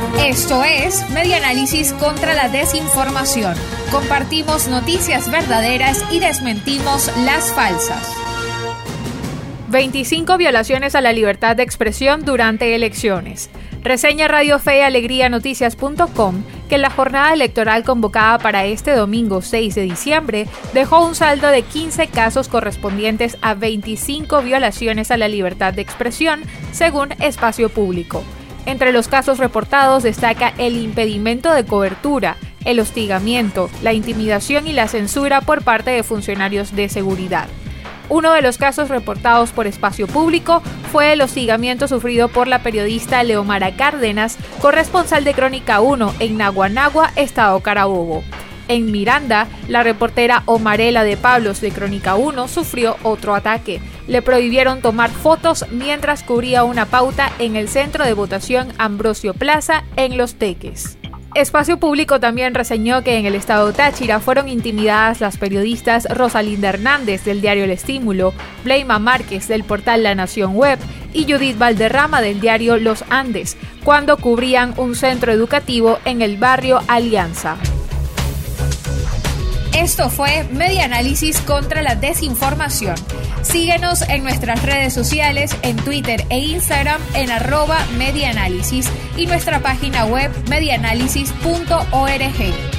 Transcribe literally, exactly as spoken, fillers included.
Esto es Medianálisis contra la desinformación. Compartimos noticias verdaderas y desmentimos las falsas. veinticinco violaciones a la libertad de expresión durante elecciones. Reseña Radio Fe y Alegría Noticias punto com que la jornada electoral convocada para este domingo seis de diciembre dejó un saldo de quince casos correspondientes a veinticinco violaciones a la libertad de expresión, según Espacio Público. Entre los casos reportados destaca el impedimento de cobertura, el hostigamiento, la intimidación y la censura por parte de funcionarios de seguridad. Uno de los casos reportados por Espacio Público fue el hostigamiento sufrido por la periodista Leomara Cárdenas, corresponsal de Crónica uno en Naguanagua, Estado Carabobo. En Miranda, la reportera Omarela de Pablos de Crónica uno sufrió otro ataque. Le prohibieron tomar fotos mientras cubría una pauta en el centro de votación Ambrosio Plaza en Los Teques. Espacio Público también reseñó que en el estado Táchira fueron intimidadas las periodistas Rosalinda Hernández del diario El Estímulo, Bleima Márquez del portal La Nación Web y Judith Valderrama del diario Los Andes, cuando cubrían un centro educativo en el barrio Alianza. Esto fue Medianálisis contra la desinformación. Síguenos en nuestras redes sociales, en Twitter e Instagram en arroba Medianálisis y nuestra página web medianálisis punto org.